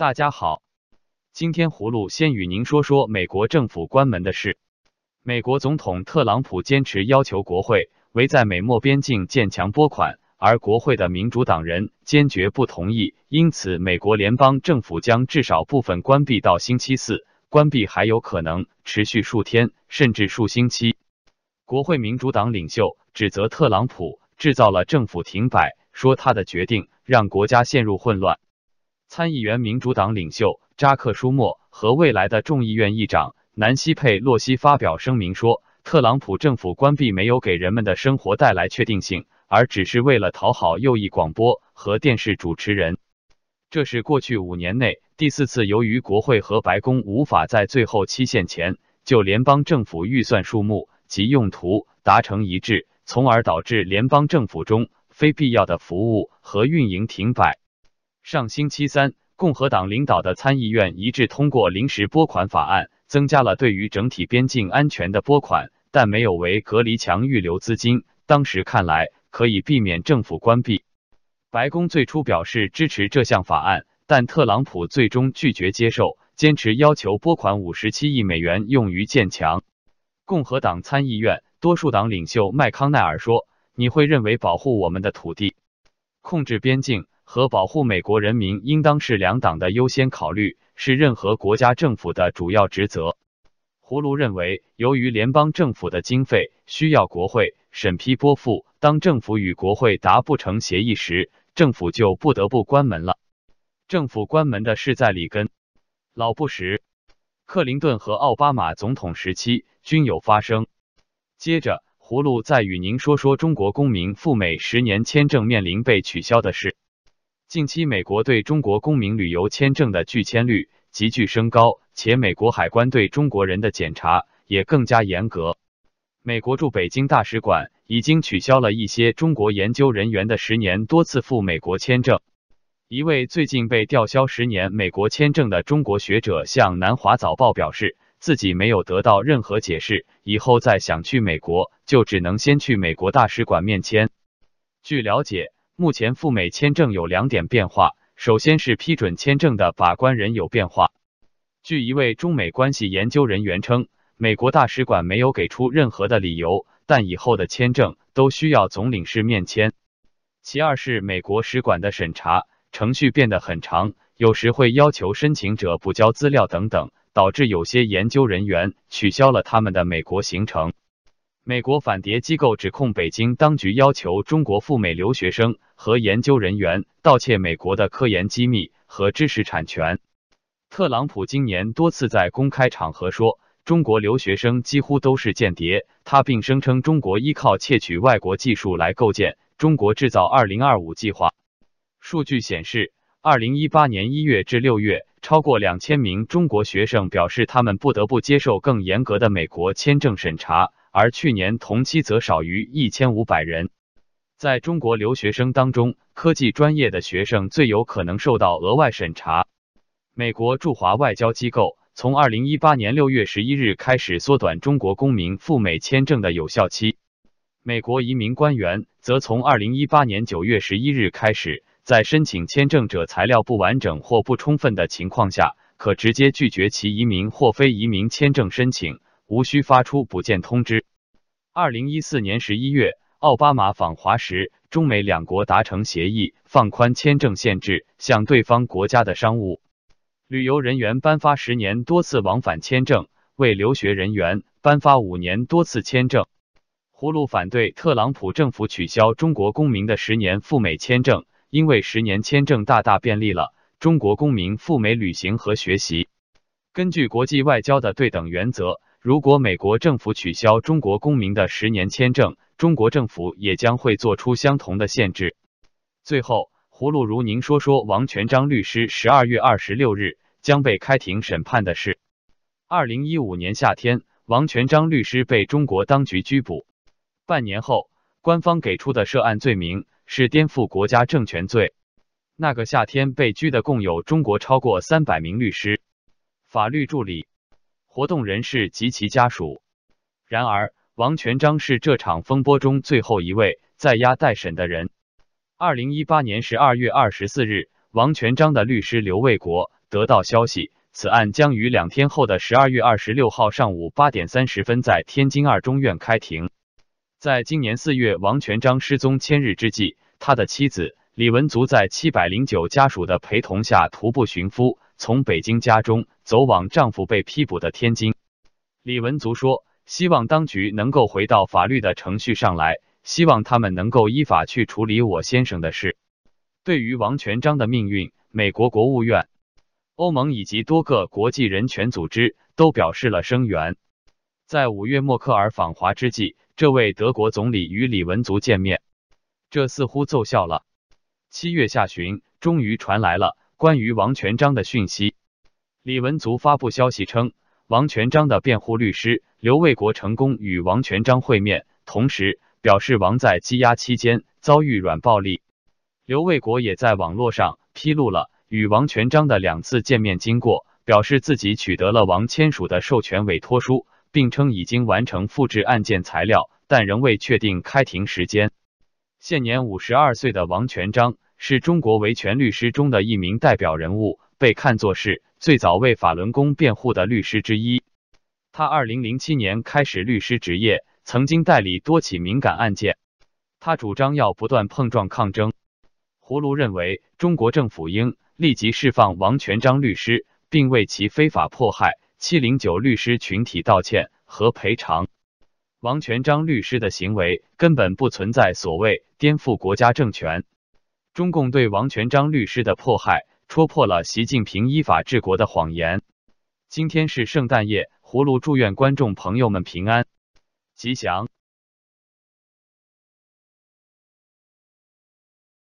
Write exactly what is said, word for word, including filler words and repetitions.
大家好，今天葫芦先与您说说美国政府关门的事。美国总统特朗普坚持要求国会为在美墨边境建墙拨款，而国会的民主党人坚决不同意，因此美国联邦政府将至少部分关闭到星期四，关闭还有可能持续数天甚至数星期。国会民主党领袖指责特朗普制造了政府停摆，说他的决定让国家陷入混乱。参议员民主党领袖扎克·舒默和未来的众议院议长南希·佩洛西发表声明说，特朗普政府关闭没有给人们的生活带来确定性，而只是为了讨好右翼广播和电视主持人。这是过去五年内第四次由于国会和白宫无法在最后期限前就联邦政府预算数目及用途达成一致，从而导致联邦政府中非必要的服务和运营停摆。上星期三，共和党领导的参议院一致通过临时拨款法案，增加了对于整体边境安全的拨款，但没有为隔离墙预留资金。当时看来可以避免政府关闭。白宫最初表示支持这项法案，但特朗普最终拒绝接受，坚持要求拨款五十七亿美元用于建墙。共和党参议院多数党领袖麦康奈尔说：“你会认为保护我们的土地、控制边境和保护美国人民应当是两党的优先考虑，是任何国家政府的主要职责。”葫芦认为，由于联邦政府的经费需要国会审批拨付，当政府与国会达不成协议时，政府就不得不关门了。政府关门的是在里根、老布什、克林顿和奥巴马总统时期均有发生。接着，葫芦再与您说说中国公民赴美十年签证面临被取消的事。近期美国对中国公民旅游签证的拒签率急剧升高，且美国海关对中国人的检查也更加严格。美国驻北京大使馆已经取消了一些中国研究人员的十年多次赴美国签证。一位最近被吊销十年美国签证的中国学者向南华早报表示，自己没有得到任何解释，以后再想去美国就只能先去美国大使馆面签。据了解，目前赴美签证有两点变化，首先是批准签证的把关人有变化。据一位中美关系研究人员称，美国大使馆没有给出任何的理由，但以后的签证都需要总领事面签。其二是美国使馆的审查程序变得很长，有时会要求申请者补交资料等等，导致有些研究人员取消了他们的美国行程。美国反谍机构指控北京当局要求中国赴美留学生和研究人员盗窃美国的科研机密和知识产权。特朗普今年多次在公开场合说，中国留学生几乎都是间谍，他并声称中国依靠窃取外国技术来构建中国制造二零二五计划。数据显示，二零一八年一月至六月，超过两千名中国学生表示他们不得不接受更严格的美国签证审查，而去年同期则少于一千五百人。在中国留学生当中，科技专业的学生最有可能受到额外审查。美国驻华外交机构从二零一八年六月十一日开始缩短中国公民赴美签证的有效期。美国移民官员则从二零一八年九月十一日开始，在申请签证者材料不完整或不充分的情况下，可直接拒绝其移民或非移民签证申请，无需发出补件通知。二零一四年十一月，奥巴马访华时，中美两国达成协议，放宽签证限制，向对方国家的商务旅游人员颁发十年多次往返签证，为留学人员颁发五年多次签证。葫芦反对特朗普政府取消中国公民的十年赴美签证，因为十年签证大大便利了中国公民赴美旅行和学习。根据国际外交的对等原则，如果美国政府取消中国公民的十年签证，中国政府也将会做出相同的限制。最后，葫芦如您说说王全璋律师十二月二十六日将被开庭审判的事。二零一五年夏天，王全璋律师被中国当局拘捕。半年后，官方给出的涉案罪名是颠覆国家政权罪。那个夏天被拘的共有中国超过三百名律师、法律助理、活动人士及其家属。然而，王全璋是这场风波中最后一位在押待审的人。二零一八年十二月二十四日，王全璋的律师刘卫国得到消息，此案将于两天后的十二月二十六号上午八点三十分在天津二中院开庭。在今年四月王全璋失踪千日之际，他的妻子李文足在七百零九家属的陪同下徒步寻夫，从北京家中走往丈夫被批捕的天津。李文足说，希望当局能够回到法律的程序上来，希望他们能够依法去处理我先生的事。对于王全璋的命运，美国国务院、欧盟以及多个国际人权组织都表示了声援。在五月默克尔访华之际，这位德国总理与李文足见面，这似乎奏效了。七月下旬，终于传来了关于王全璋的讯息。李文足发布消息称，王全璋的辩护律师刘卫国成功与王全璋会面，同时表示王在羁押期间遭遇软暴力。刘卫国也在网络上披露了与王全璋的两次见面经过，表示自己取得了王签署的授权委托书，并称已经完成复制案件材料，但仍未确定开庭时间。现年五十二岁的王全璋是中国维权律师中的一名代表人物，被看作是最早为法轮功辩护的律师之一。他二零零七年开始律师职业，曾经代理多起敏感案件。他主张要不断碰撞抗争。胡卢认为，中国政府应立即释放王全璋律师，并为其非法迫害七零九律师群体道歉和赔偿。王全璋律师的行为根本不存在所谓颠覆国家政权。中共对王全璋律师的迫害，戳破了习近平依法治国的谎言。今天是圣诞夜，葫芦祝愿观众朋友们平安吉祥。